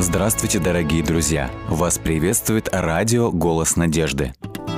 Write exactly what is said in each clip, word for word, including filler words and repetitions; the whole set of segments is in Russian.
Здравствуйте, дорогие друзья! Вас приветствует радио «Голос надежды».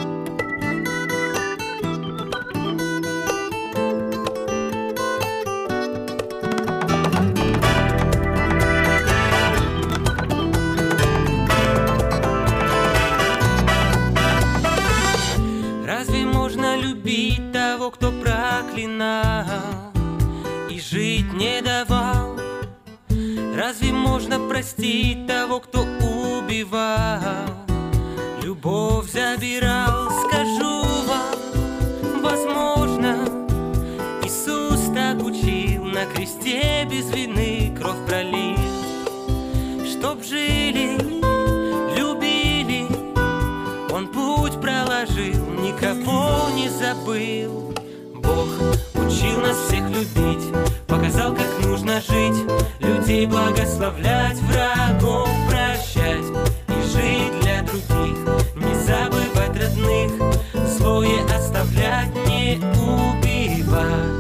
Разве можно любить того, кто проклинал и жить не давал? Разве можно простить того, кто убивал, любовь забирал? Скажу вам, возможно, Иисус так учил, на кресте без вины кровь пролил, чтоб жили, любили, Он путь проложил, никого не забыл. Бог учил нас всех любить, показал, как нужно жить, людей благословлять, врагов прощать и жить для других, не забывать родных, злое оставлять, не убивать.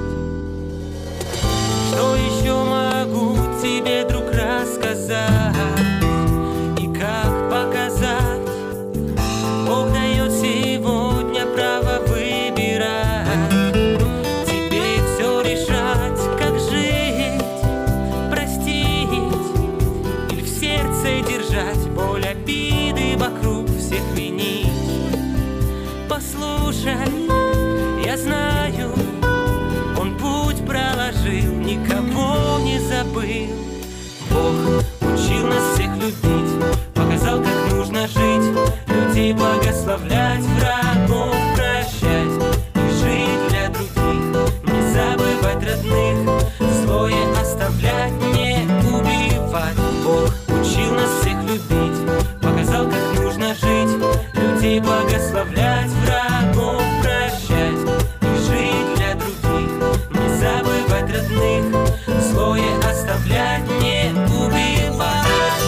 Что еще могу тебе, друг, рассказать и как показать? Бог дает сегодня право выбирать, тебе все решать, как жить, простить или в сердце держать, боль обиды вокруг всех винить. Послушай, я знаю, Он путь проложил, никого не забыл. Бог учил нас всех любить, показал, как нужно жить, людей благословлять, врагов прощать и жить для других, не забывать родных, злое оставлять, не убивать. Бог учил нас всех любить, показал, как нужно жить, людей благословлять, врагов прощать и жить для других, не забывать родных, злое оставлять, не убивать.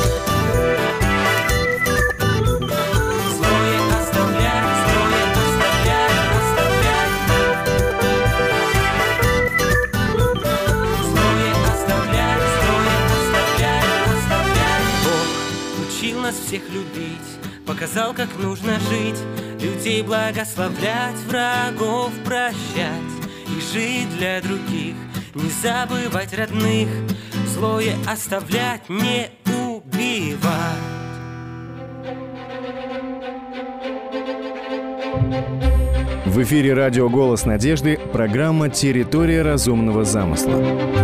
Всех любить, показал, как нужно жить, людей благословлять, врагов прощать и жить для других, не забывать родных, злое оставлять, не убивать. В эфире радио «Голос надежды», программа «Территория разумного замысла».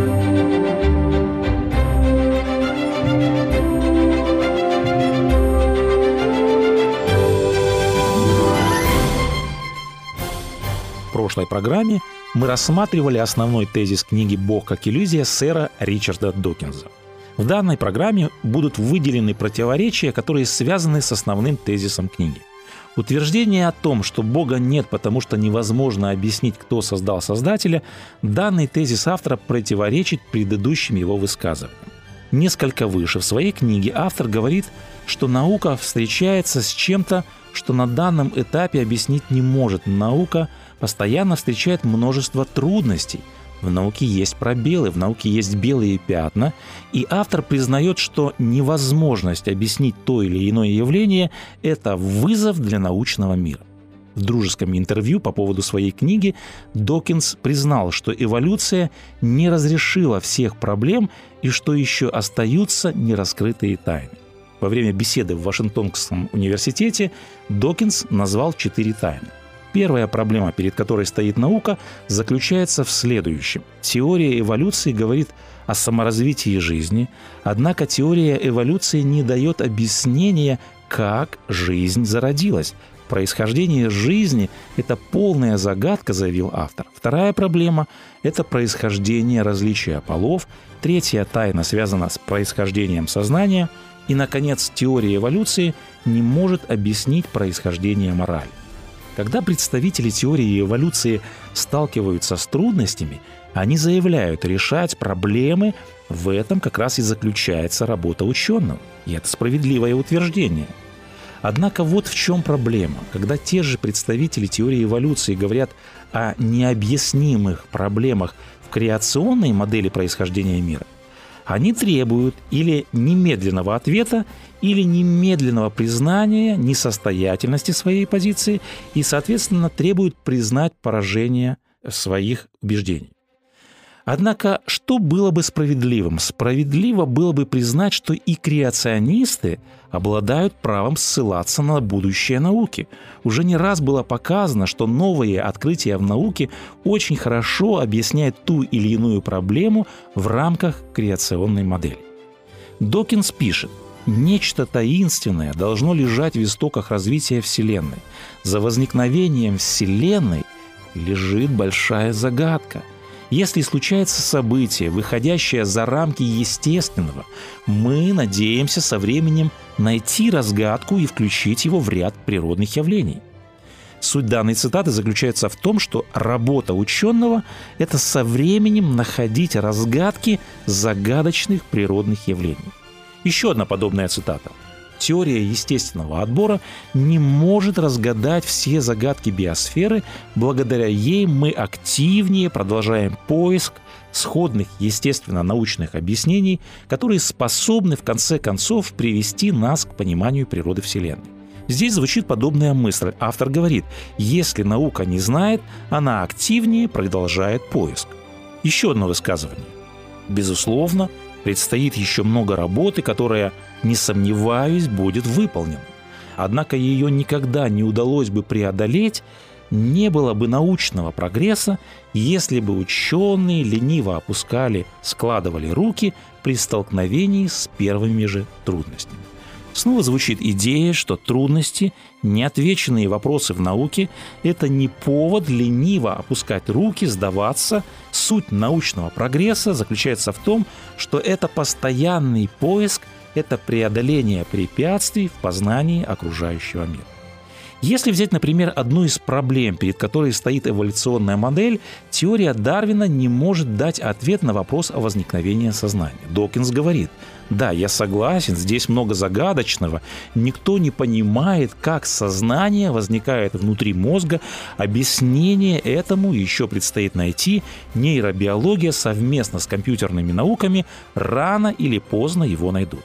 В прошлой программе мы рассматривали основной тезис книги «Бог как иллюзия» сэра Ричарда Докинза. В данной программе будут выделены противоречия, которые связаны с основным тезисом книги. Утверждение о том, что Бога нет, потому что невозможно объяснить, кто создал Создателя, данный тезис автора противоречит предыдущим его высказываниям. Несколько выше в своей книге автор говорит, что наука встречается с чем-то, что на данном этапе объяснить не может. Наука постоянно встречает множество трудностей. В науке есть пробелы, в науке есть белые пятна, и автор признает, что невозможность объяснить то или иное явление – это вызов для научного мира. В дружеском интервью по поводу своей книги Докинз признал, что эволюция не разрешила всех проблем и что еще остаются нераскрытые тайны. Во время беседы в Вашингтонском университете Докинз назвал четыре тайны. Первая проблема, перед которой стоит наука, заключается в следующем. Теория эволюции говорит о саморазвитии жизни, однако теория эволюции не дает объяснения, как жизнь зародилась. Происхождение жизни – это полная загадка, заявил автор. Вторая проблема – это происхождение различия полов. Третья тайна связана с происхождением сознания. И, наконец, теория эволюции не может объяснить происхождение морали. Когда представители теории эволюции сталкиваются с трудностями, они заявляют, решать проблемы – в этом как раз и заключается работа ученого. И это справедливое утверждение. Однако вот в чем проблема. Когда те же представители теории эволюции говорят о необъяснимых проблемах в креационной модели происхождения мира, Они требуют или немедленного ответа, или немедленного признания несостоятельности своей позиции и, соответственно, требуют признать поражение своих убеждений. Однако, что было бы справедливым? Справедливо было бы признать, что и креационисты обладают правом ссылаться на будущее науки. Уже не раз было показано, что новые открытия в науке очень хорошо объясняют ту или иную проблему в рамках креационной модели. Докинз пишет: «Нечто таинственное должно лежать в истоках развития Вселенной. За возникновением Вселенной лежит большая загадка. Если случается событие, выходящее за рамки естественного, мы надеемся со временем найти разгадку и включить его в ряд природных явлений». Суть данной цитаты заключается в том, что работа ученого – это со временем находить разгадки загадочных природных явлений. Еще одна подобная цитата. Теория естественного отбора не может разгадать все загадки биосферы, благодаря ей мы активнее продолжаем поиск сходных естественно-научных объяснений, которые способны в конце концов привести нас к пониманию природы Вселенной. Здесь звучит подобная мысль. Автор говорит: если наука не знает, она активнее продолжает поиск. Еще одно высказывание. Безусловно, предстоит еще много работы, которая, не сомневаюсь, будет выполнена. Однако ее никогда не удалось бы преодолеть, не было бы научного прогресса, если бы ученые лениво опускали, складывали руки при столкновении с первыми же трудностями. Снова звучит идея, что трудности, неотвеченные вопросы в науке – это не повод лениво опускать руки, сдаваться. Суть научного прогресса заключается в том, что это постоянный поиск, это преодоление препятствий в познании окружающего мира. Если взять, например, одну из проблем, перед которой стоит эволюционная модель, теория Дарвина не может дать ответ на вопрос о возникновении сознания. Докинз говорит: да, я согласен, здесь много загадочного, никто не понимает, как сознание возникает внутри мозга, объяснение этому еще предстоит найти, нейробиология совместно с компьютерными науками рано или поздно его найдут.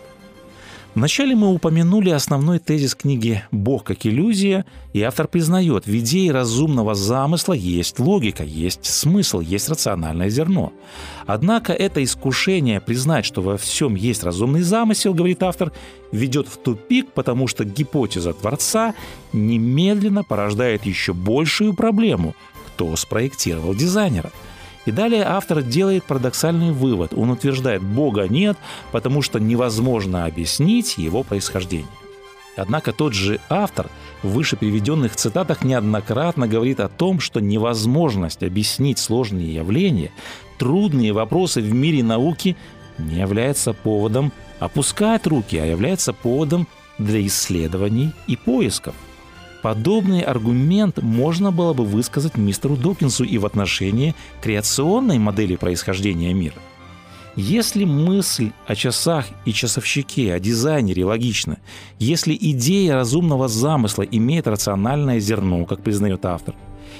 Вначале мы упомянули основной тезис книги «Бог как иллюзия», и автор признает, в идее разумного замысла есть логика, есть смысл, есть рациональное зерно. Однако это искушение признать, что во всем есть разумный замысел, говорит автор, ведет в тупик, потому что гипотеза Творца немедленно порождает еще большую проблему – кто спроектировал дизайнера. И далее автор делает парадоксальный вывод. Он утверждает: Бога нет, потому что невозможно объяснить его происхождение. Однако тот же автор в выше приведенных цитатах неоднократно говорит о том, что невозможность объяснить сложные явления, трудные вопросы в мире науки не является поводом опускать руки, а является поводом для исследований и поисков. Подобный аргумент можно было бы высказать мистеру Докинзу и в отношении креационной модели происхождения мира. Если мысль о часах и часовщике, о дизайнере логична, если идея разумного замысла имеет рациональное зерно, как признает автор,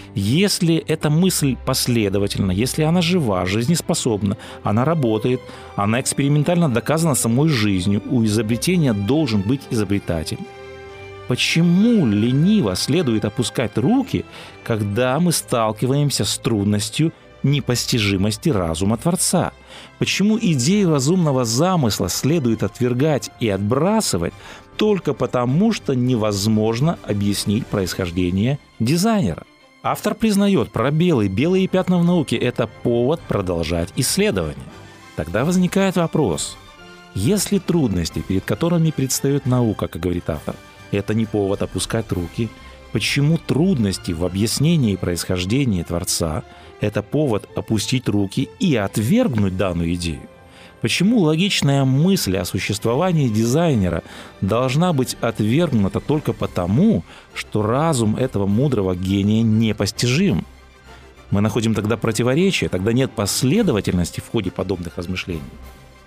если эта мысль последовательна, если она жива, жизнеспособна, она работает, она экспериментально доказана самой жизнью, у изобретения должен быть изобретатель. Почему лениво следует опускать руки, когда мы сталкиваемся с трудностью непостижимости разума Творца? Почему идею разумного замысла следует отвергать и отбрасывать только потому, что невозможно объяснить происхождение дизайнера? Автор признает, пробелы, белые пятна в науке – это повод продолжать исследование. Тогда возникает вопрос: если трудности, перед которыми предстает наука, как говорит автор, это не повод опускать руки, почему трудности в объяснении происхождения Творца – это повод опустить руки и отвергнуть данную идею? Почему логичная мысль о существовании дизайнера должна быть отвергнута только потому, что разум этого мудрого гения непостижим? Мы находим тогда противоречие, тогда нет последовательности в ходе подобных размышлений.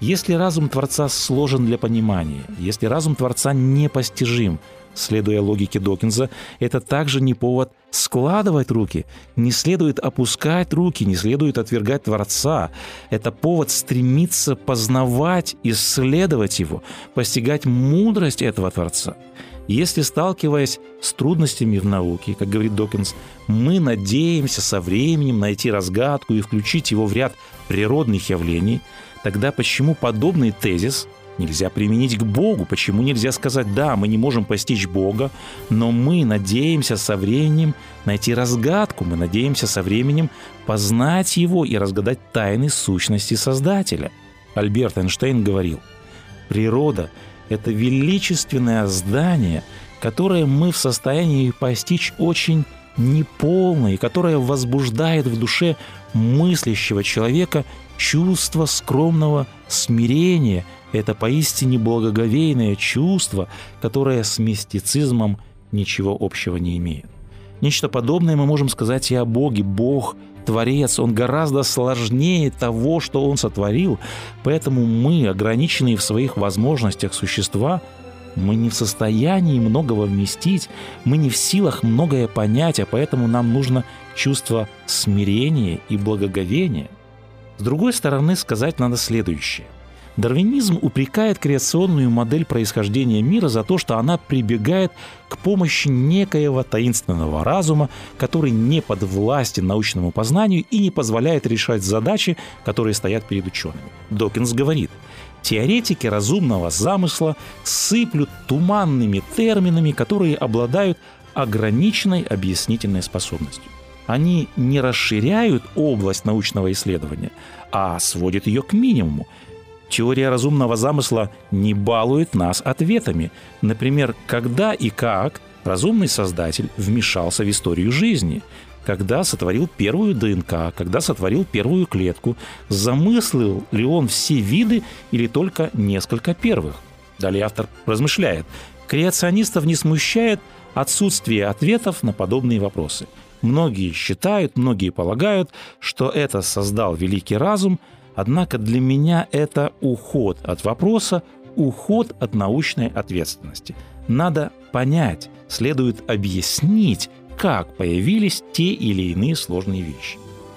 Если разум Творца сложен для понимания, если разум Творца непостижим, следуя логике Докинза, это также не повод складывать руки, не следует опускать руки, не следует отвергать Творца. Это повод стремиться познавать, исследовать Его, постигать мудрость этого Творца. Если, сталкиваясь с трудностями в науке, как говорит Докинз, мы надеемся со временем найти разгадку и включить его в ряд природных явлений, тогда почему подобный тезис нельзя применить к Богу? Почему нельзя сказать: да, мы не можем постичь Бога, но мы надеемся со временем найти разгадку, мы надеемся со временем познать Его и разгадать тайны сущности Создателя? Альберт Эйнштейн говорил: природа — это величественное здание, которое мы в состоянии постичь очень неполно и которое возбуждает в душе мыслящего человека чувство скромного смирения. Это поистине благоговейное чувство, которое с мистицизмом ничего общего не имеет. Нечто подобное мы можем сказать и о Боге. Бог – Творец, Он гораздо сложнее того, что Он сотворил, поэтому мы, ограниченные в своих возможностях существа, мы не в состоянии многого вместить, мы не в силах многое понять, а поэтому нам нужно чувство смирения и благоговения. С другой стороны, сказать надо следующее. Дарвинизм упрекает креационную модель происхождения мира за то, что она прибегает к помощи некоего таинственного разума, который не подвластен научному познанию и не позволяет решать задачи, которые стоят перед учеными. Докинз говорит: теоретики разумного замысла сыплют туманными терминами, которые обладают ограниченной объяснительной способностью. Они не расширяют область научного исследования, а сводят ее к минимуму. Теория разумного замысла не балует нас ответами. Например, когда и как разумный создатель вмешался в историю жизни, когда сотворил первую ДНК, когда сотворил первую клетку, замыслил ли он все виды или только несколько первых. Далее автор размышляет: креационистов не смущает отсутствие ответов на подобные вопросы. Многие считают, многие полагают, что это создал великий разум, однако для меня это уход от вопроса, уход от научной ответственности. Надо понять, следует объяснить, как появились те или иные сложные вещи.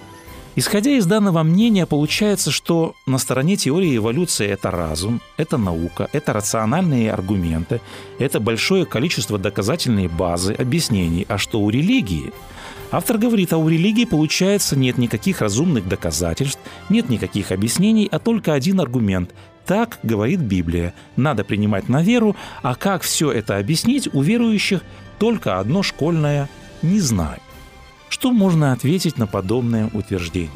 Исходя из данного мнения, получается, что на стороне теории эволюции это разум, это наука, это рациональные аргументы, это большое количество доказательной базы, объяснений. А что у религии? Автор говорит: а у религии, получается, нет никаких разумных доказательств, нет никаких объяснений, а только один аргумент. Так говорит Библия. Надо принимать на веру, а как все это объяснить, у верующих только одно школьное «не знаю». Что можно ответить на подобное утверждение?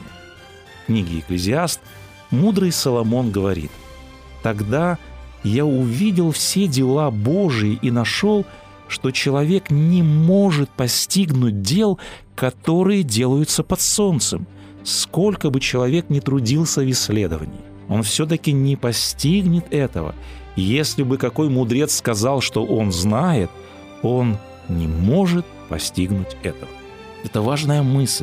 В книге «Экклезиаст» мудрый Соломон говорит: «Тогда я увидел все дела Божии и нашел, что человек не может постигнуть дел, которые делаются под солнцем. Сколько бы человек ни трудился в исследовании, он все-таки не постигнет этого. Если бы какой мудрец сказал, что он знает, он не может постигнуть этого». Это важная мысль.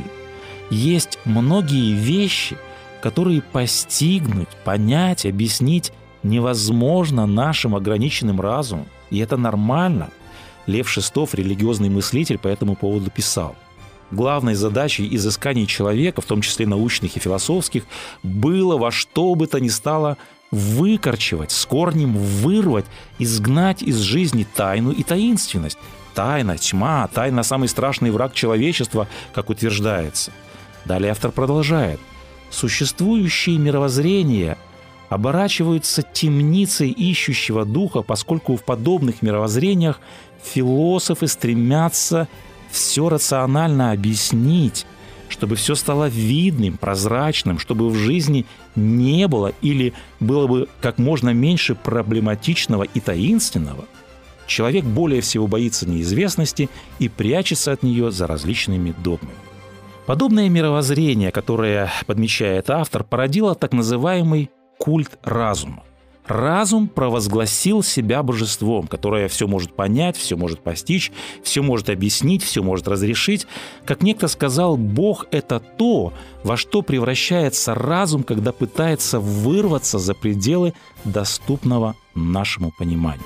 Есть многие вещи, которые постигнуть, понять, объяснить невозможно нашим ограниченным разумом. И это нормально. Лев Шестов, религиозный мыслитель, по этому поводу писал: главной задачей изысканий человека, в том числе научных и философских, было во что бы то ни стало выкорчевать, с корнем вырвать, изгнать из жизни тайну и таинственность. Тайна, тьма, тайна – самый страшный враг человечества, как утверждается. Далее автор продолжает: существующие мировоззрения оборачиваются темницей ищущего духа, поскольку в подобных мировоззрениях философы стремятся все рационально объяснить, чтобы все стало видным, прозрачным, чтобы в жизни не было или было бы как можно меньше проблематичного и таинственного. Человек более всего боится неизвестности и прячется от нее за различными догмами. Подобное мировоззрение, которое подмечает автор, породило так называемый культ разума. Разум провозгласил себя божеством, которое все может понять, все может постичь, все может объяснить, все может разрешить. Как некто сказал, Бог – это то, во что превращается разум, когда пытается вырваться за пределы доступного нашему пониманию.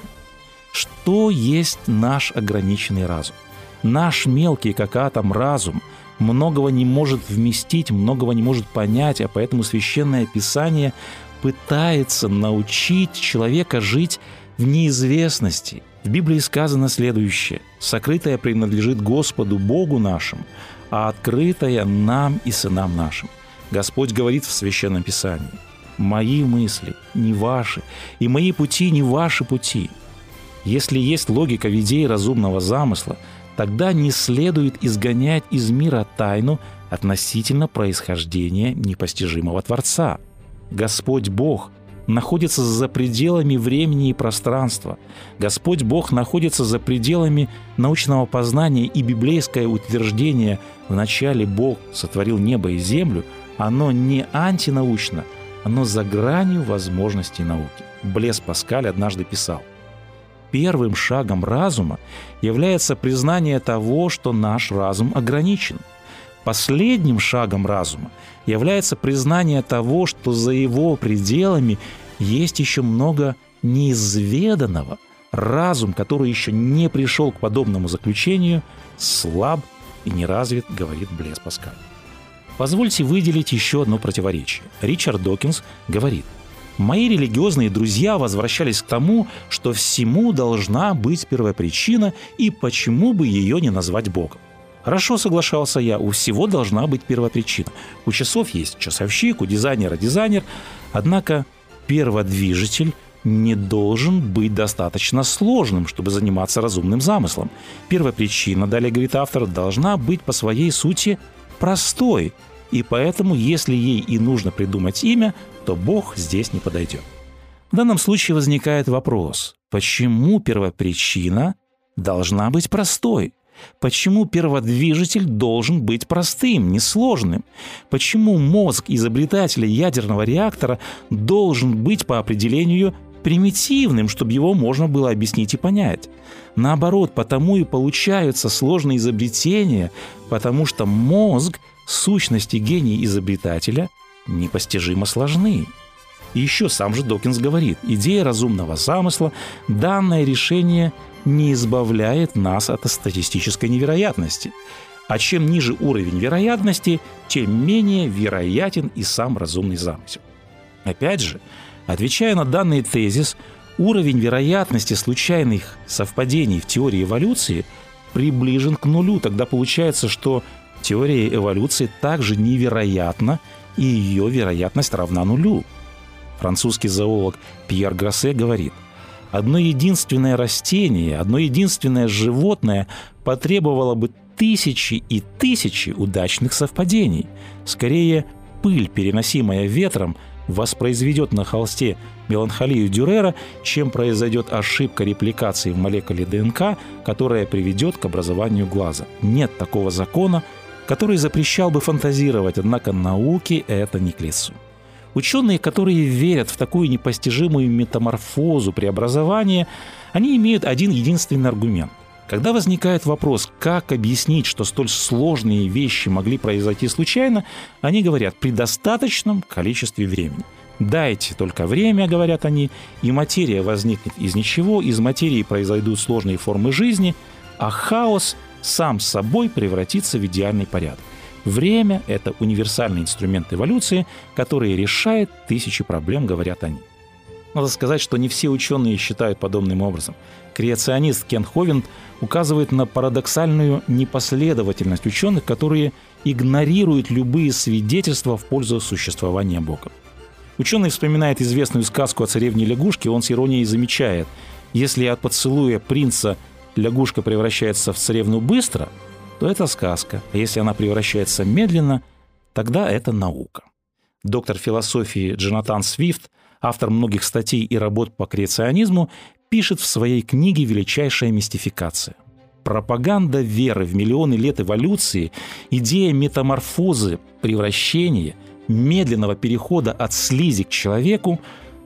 Что есть наш ограниченный разум? Наш мелкий, как атом, разум многого не может вместить, многого не может понять, а поэтому Священное Писание пытается научить человека жить в неизвестности. В Библии сказано следующее: «Сокрытое принадлежит Господу Богу нашему, а открытое нам и сынам нашим». Господь говорит в Священном Писании: «Мои мысли не ваши, и мои пути не ваши пути». Если есть логика в идее разумного замысла, тогда не следует изгонять из мира тайну относительно происхождения непостижимого Творца. Господь Бог находится за пределами времени и пространства. Господь Бог находится за пределами научного познания, и библейское утверждение «вначале Бог сотворил небо и землю» оно не антинаучно, оно за гранью возможностей науки. Блес Паскаль однажды писал: «Первым шагом разума является признание того, что наш разум ограничен. Последним шагом разума является признание того, что за его пределами есть еще много неизведанного. Разум, который еще не пришел к подобному заключению, слаб и не развит», говорит Блес Паскаль. Позвольте выделить еще одно противоречие. Ричард Докинз говорит: «Мои религиозные друзья возвращались к тому, что всему должна быть первопричина, и почему бы ее не назвать Богом. Хорошо, соглашался я, у всего должна быть первопричина. У часов есть часовщик, у дизайнера дизайнер, однако перводвижитель не должен быть достаточно сложным, чтобы заниматься разумным замыслом. Первопричина, далее говорит автор, должна быть по своей сути простой, и поэтому, если ей и нужно придумать имя, то Бог здесь не подойдет». В данном случае возникает вопрос: почему первопричина должна быть простой? Почему перводвижитель должен быть простым, несложным? Почему мозг изобретателя ядерного реактора должен быть по определению примитивным, чтобы его можно было объяснить и понять? Наоборот, потому и получаются сложные изобретения, потому что мозг, сущность и гений изобретателя непостижимо сложны. И еще сам же Докинз говорит: идея разумного замысла, данное решение не избавляет нас от статистической невероятности. А чем ниже уровень вероятности, тем менее вероятен и сам разумный замысел. Опять же, отвечая на данный тезис, уровень вероятности случайных совпадений в теории эволюции приближен к нулю. Тогда получается, что теория эволюции также невероятна, и ее вероятность равна нулю. Французский зоолог Пьер Гроссе говорит: «Одно единственное растение, одно единственное животное потребовало бы тысячи и тысячи удачных совпадений. Скорее, пыль, переносимая ветром, воспроизведет на холсте меланхолию Дюрера, чем произойдет ошибка репликации в молекуле ДНК, которая приведет к образованию глаза. Нет такого закона, который запрещал бы фантазировать, однако науке это не к лицу». Ученые, которые верят в такую непостижимую метаморфозу преобразования, они имеют один единственный аргумент. Когда возникает вопрос, как объяснить, что столь сложные вещи могли произойти случайно, они говорят: при достаточном количестве времени. Дайте только время, говорят они, и материя возникнет из ничего, из материи произойдут сложные формы жизни, а хаос сам собой превратится в идеальный порядок. Время – это универсальный инструмент эволюции, который решает тысячи проблем, говорят они. Надо сказать, что не все ученые считают подобным образом. Креационист Кен Ховинд указывает на парадоксальную непоследовательность ученых, которые игнорируют любые свидетельства в пользу существования Бога. Ученый вспоминает известную сказку о царевне-лягушке, он с иронией замечает: если от поцелуя принца лягушка превращается в царевну быстро, то это сказка, а если она превращается медленно, тогда это наука. Доктор философии Джонатан Свифт, автор многих статей и работ по креационизму, пишет в своей книге «Величайшая мистификация». Пропаганда веры в миллионы лет эволюции, идея метаморфозы, превращения, медленного перехода от слизи к человеку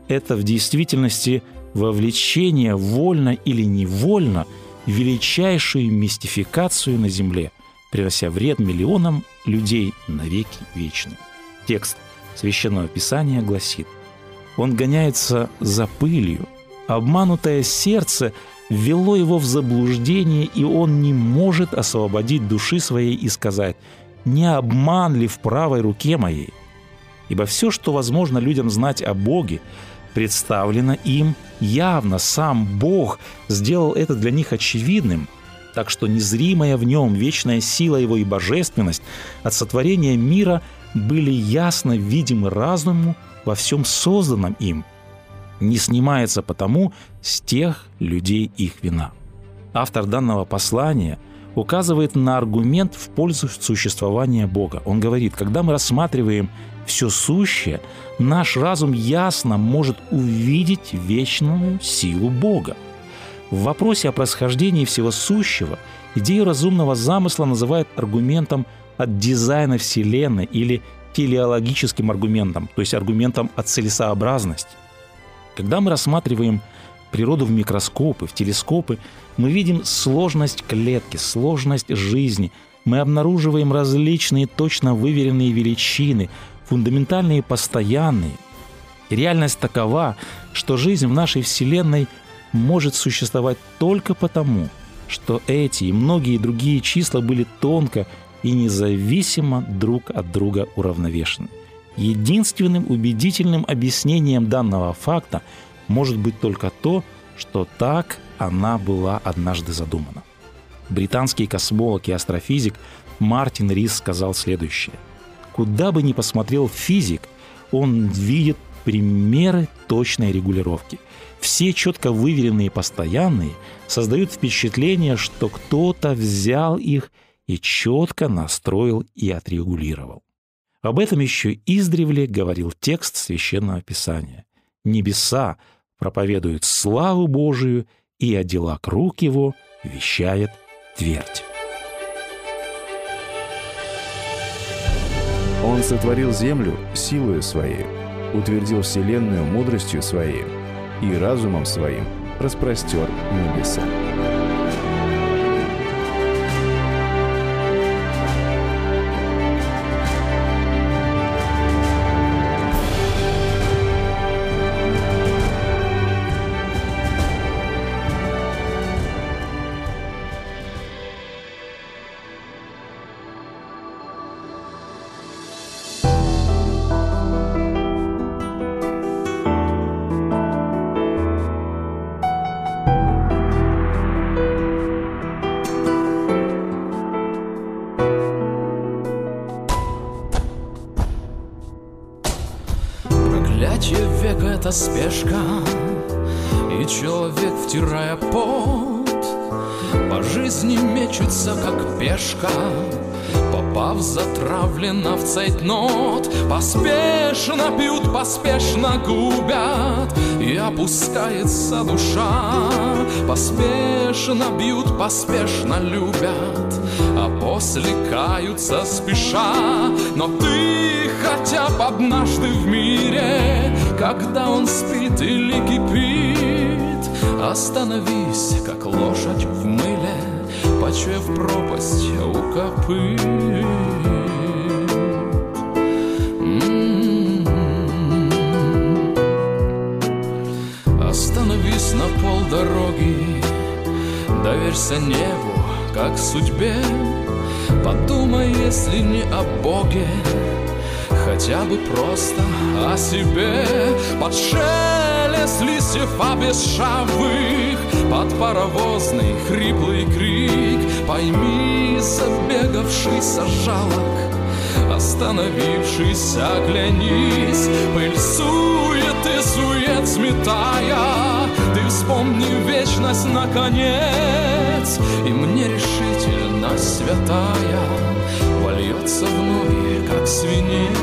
– это в действительности вовлечение вольно или невольно в величайшую мистификацию на земле, принося вред миллионам людей навеки вечные. Текст Священного Писания гласит: «Он гоняется за пылью, обманутое сердце ввело его в заблуждение, и он не может освободить души своей и сказать: не обман ли в правой руке моей? Ибо все, что возможно людям знать о Боге, представлено им явно. Сам Бог сделал это для них очевидным, так что незримая в нем вечная сила его и божественность от сотворения мира были ясно видимы разуму во всем созданном им. Не снимается потому с тех людей их вина». Автор данного послания указывает на аргумент в пользу существования Бога. Он говорит: когда мы рассматриваем все сущее, наш разум ясно может увидеть вечную силу Бога. В вопросе о происхождении всего сущего идею разумного замысла называют аргументом от дизайна Вселенной или телеологическим аргументом, то есть аргументом от целесообразности. Когда мы рассматриваем природу в микроскопы, в телескопы, мы видим сложность клетки, сложность жизни. Мы обнаруживаем различные точно выверенные величины, фундаментальные и постоянные. И реальность такова, что жизнь в нашей Вселенной может существовать только потому, что эти и многие другие числа были тонко и независимо друг от друга уравновешены. Единственным убедительным объяснением данного факта может быть только то, что так она была однажды задумана. Британский космолог и астрофизик Мартин Рис сказал следующее: «Куда бы ни посмотрел физик, он видит примеры точной регулировки. Все четко выверенные и постоянные создают впечатление, что кто-то взял их и четко настроил и отрегулировал». Об этом еще издревле говорил текст Священного Писания: «Небеса проповедуют славу Божию, и о делах рук его вещает твердь». Он сотворил землю силою своей, утвердил вселенную мудростью своей и разумом своим распростер небеса. Проклятие века — это спешка, и человек, втирая пот, по жизни мечется, как пешка, попав затравленно в цейтнот. Поспешно пьют, поспешно губят, и опускается душа. Поспешно бьют, поспешно любят, а после каются спеша. Но ты хотя бы однажды в мире, когда он спит или кипит, остановись, как лошадь в мыле, почуяв пропасть у копыт. М-м-м. Остановись на полдороги, доверься небу, как судьбе. Подумай, если не о Боге, хотя бы просто о себе. Под шелест листьев обесшавых, под паровозный хриплый крик, пойми, забегавшийся жалок, остановившись, оглянись. Пыль суеты, сует сметая, ты вспомни вечность наконец, и мне решительность святая вольется в ноги, как свинец.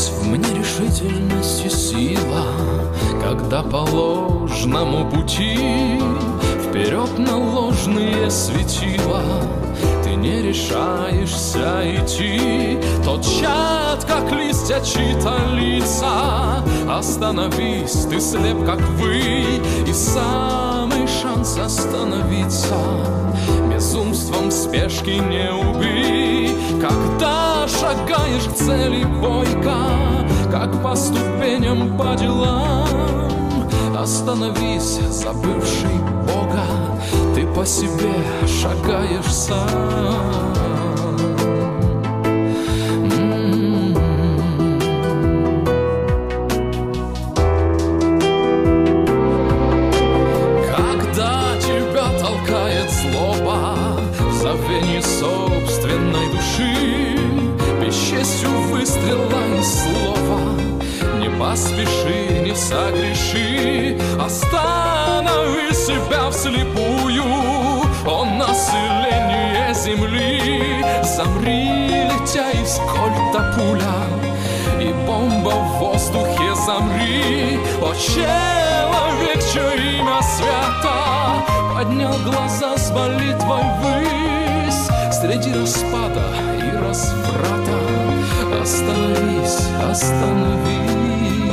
Есть в мне решительность и сила, когда по ложному пути вперед на ложные светила ты не решаешься идти. Тот чад, как листья чьи-то лица. Остановись, ты слеп, как вы, и самый шанс остановиться безумством спешки не убей. Когда шагаешь к цели бойко, как по ступеням по делам, остановись, забывший Бога, ты по себе шагаешь сам. Когда тебя толкает злоба в забвении собственной души, бесчестью выстрела из слова, не поспеши, не согреши, останови себя вслепую. Он население земли, замри, летя из кольта пуля, и бомба в воздухе замри. О, человек, чье имя свято, поднял глаза с молитвой ввысь среди распада и разврата. Остановись, остановись.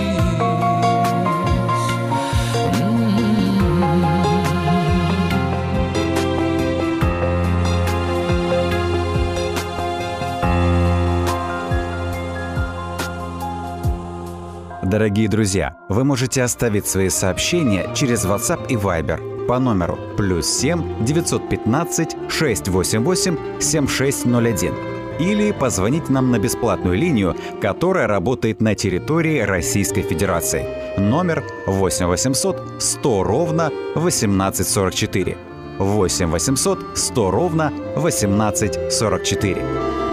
Дорогие друзья, вы можете оставить свои сообщения через WhatsApp и Viber по номеру плюс семь девятьсот пятнадцать шестьсот восемьдесят восемь семьдесят шесть ноль один или позвонить нам на бесплатную линию, которая работает на территории Российской Федерации. Номер восемь восемьсот сто ровно восемнадцать сорок четыре. восемь восемьсот сто ровно восемнадцать сорок четыре.